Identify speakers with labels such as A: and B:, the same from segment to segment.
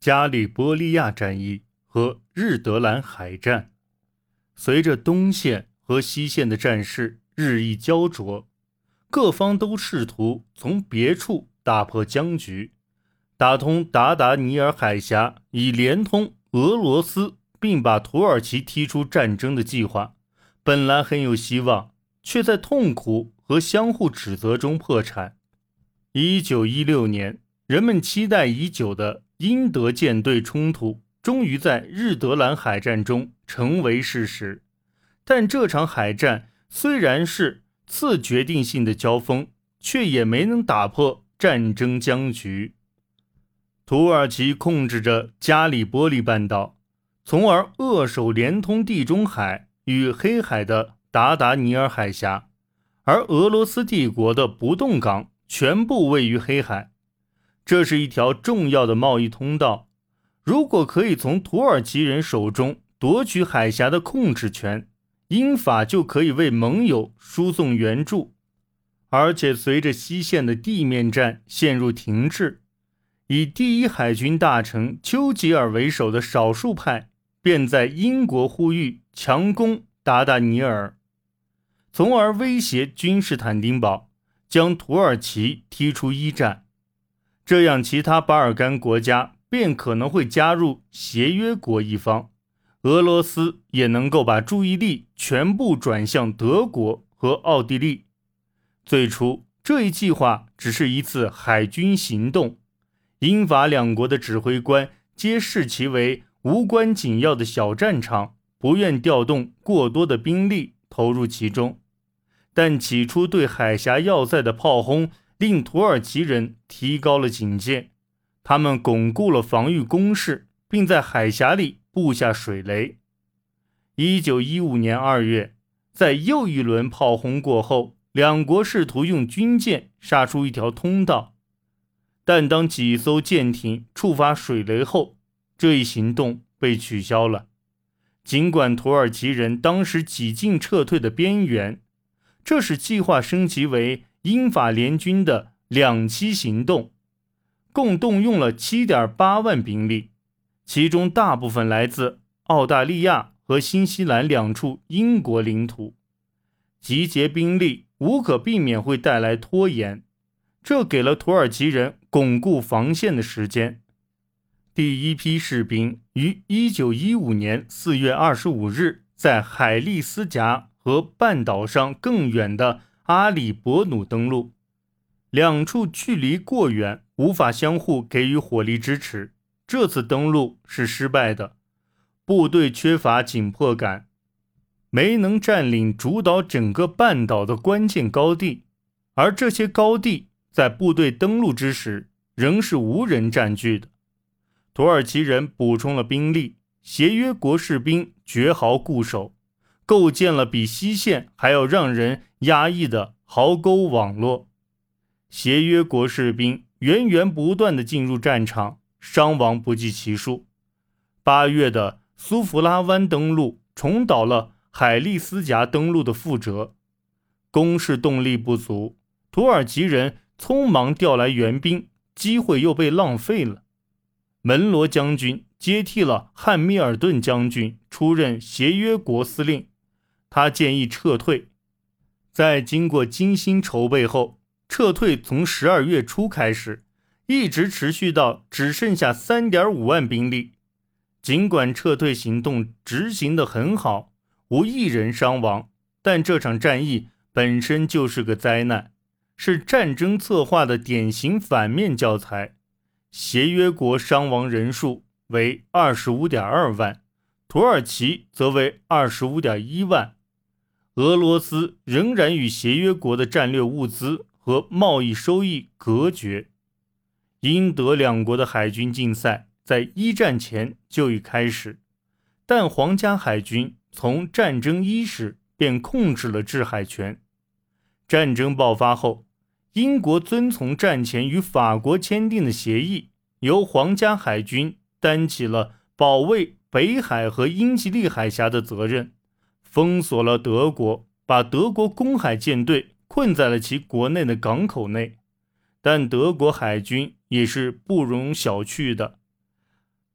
A: 加里波利亚战役和日德兰海战。随着东线和西线的战事日益焦灼，各方都试图从别处打破僵局，打通达达尼尔海峡，以连通俄罗斯并把土耳其踢出战争的计划，本来很有希望，却在痛苦和相互指责中破产。1916年，人们期待已久的英德舰队冲突终于在日德兰海战中成为事实。但这场海战虽然是次决定性的交锋，却也没能打破战争僵局。土耳其控制着加里波利半岛，从而扼守连通地中海与黑海的达达尼尔海峡，而俄罗斯帝国的不动港全部位于黑海。这是一条重要的贸易通道，如果可以从土耳其人手中夺取海峡的控制权，英法就可以为盟友输送援助。而且随着西线的地面战陷入停滞，以第一海军大臣丘吉尔为首的少数派便在英国呼吁强攻达达尼尔，从而威胁君士坦丁堡，将土耳其踢出一战。这样其他巴尔干国家便可能会加入协约国一方，俄罗斯也能够把注意力全部转向德国和奥地利。最初这一计划只是一次海军行动，英法两国的指挥官皆视其为无关紧要的小战场，不愿调动过多的兵力投入其中。但起初对海峡要塞的炮轰令土耳其人提高了警戒，他们巩固了防御工事，并在海峡里布下水雷。1915年2月，在又一轮炮轰过后，两国试图用军舰杀出一条通道，但当几艘舰艇触发水雷后，这一行动被取消了。尽管土耳其人当时几近撤退的边缘，这使计划升级为英法联军的2栖行动，共动用了 7.8 万兵力，其中大部分来自澳大利亚和新西兰2处英国领土。集结兵力无可避免会带来拖延，这给了土耳其人巩固防线的时间。第一批士兵于1915年4月25日在海利斯夹和半岛上更远的阿里伯努登陆，两处距离过远，无法相互给予火力支持，这次登陆是失败的。部队缺乏紧迫感，没能占领主导整个半岛的关键高地，而这些高地在部队登陆之时仍是无人占据的。土耳其人补充了兵力，协约国士兵绝壕固守，构建了比西线还要让人压抑的壕沟网络。协约国士兵源源不断地进入战场，伤亡不计其数。8月的苏弗拉湾登陆重蹈了海利斯夹登陆的覆辙，攻势动力不足，土耳其人匆忙调来援兵，机会又被浪费了。门罗将军接替了汉密尔顿将军出任协约国司令，他建议撤退。在经过精心筹备后，撤退从12月初开始，一直持续到只剩下 3.5 万兵力。尽管撤退行动执行得很好，无一人伤亡，但这场战役本身就是个灾难，是战争策划的典型反面教材。协约国伤亡人数为 25.2 万，土耳其则为 25.1 万。俄罗斯仍然与协约国的战略物资和贸易收益隔绝。英德两国的海军竞赛在一战前就已开始，但皇家海军从战争伊始便控制了制海权。战争爆发后，英国遵从战前与法国签订的协议，由皇家海军担起了保卫北海和英吉利海峡的责任，封锁了德国，把德国公海舰队困在了其国内的港口内。但德国海军也是不容小觑的，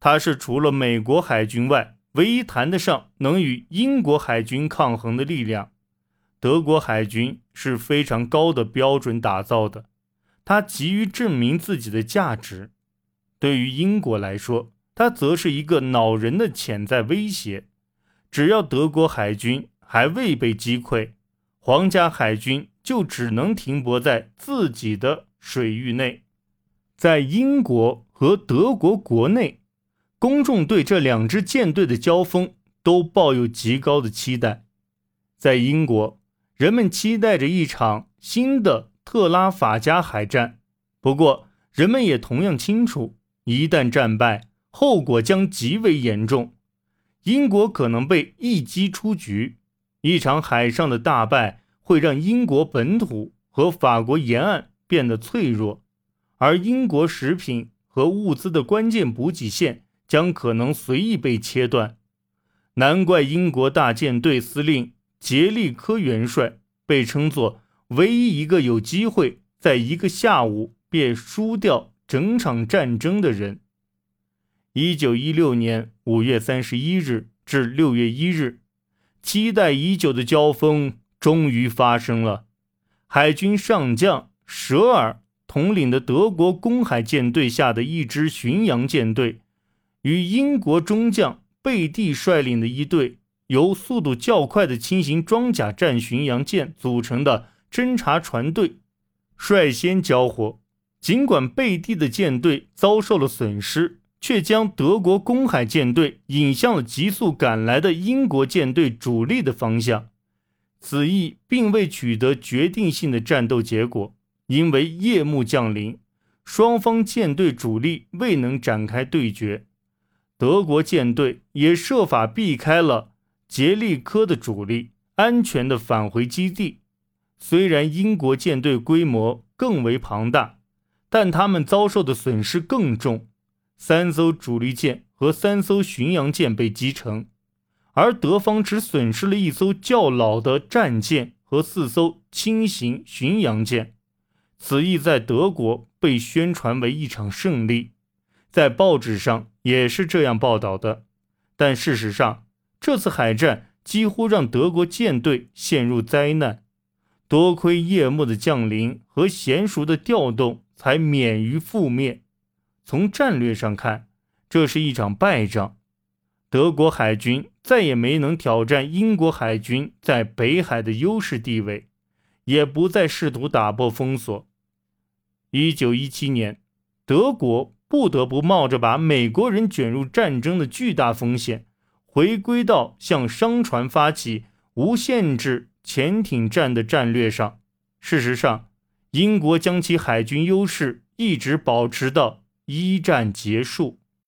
A: 它是除了美国海军外唯一谈得上能与英国海军抗衡的力量。德国海军是非常高的标准打造的，它急于证明自己的价值。对于英国来说，它则是一个恼人的潜在威胁。只要德国海军还未被击溃，皇家海军就只能停泊在自己的水域内。在英国和德国国内，公众对这两支舰队的交锋都抱有极高的期待。在英国，人们期待着一场新的特拉法加海战，不过人们也同样清楚，一旦战败，后果将极为严重。英国可能被一击出局，一场海上的大败会让英国本土和法国沿岸变得脆弱，而英国食品和物资的关键补给线将可能随意被切断。难怪英国大舰队司令杰利科元帅被称作唯一一个有机会在一个下午便输掉整场战争的人。1916年5月31日至6月1日，期待已久的交锋终于发生了。海军上将舍尔统领的德国公海舰队下的一支巡洋舰队，与英国中将贝蒂率领的一队由速度较快的轻型装甲战巡洋舰组成的侦察船队率先交火。尽管贝蒂的舰队遭受了损失，却将德国公海舰队引向了急速赶来的英国舰队主力的方向。此役并未取得决定性的战斗结果，因为夜幕降临，双方舰队主力未能展开对决。德国舰队也设法避开了杰利科的主力，安全地返回基地。虽然英国舰队规模更为庞大，但他们遭受的损失更重，3艘主力舰和3艘巡洋舰被击沉，而德方只损失了1艘较老的战舰和4艘轻型巡洋舰。此役在德国被宣传为一场胜利，在报纸上也是这样报道的。但事实上，这次海战几乎让德国舰队陷入灾难，多亏夜幕的降临和娴熟的调动才免于覆灭。从战略上看，这是一场败仗。德国海军再也没能挑战英国海军在北海的优势地位，也不再试图打破封锁。1917年，德国不得不冒着把美国人卷入战争的巨大风险，回归到向商船发起无限制潜艇战的战略上。事实上，英国将其海军优势一直保持到一战结束。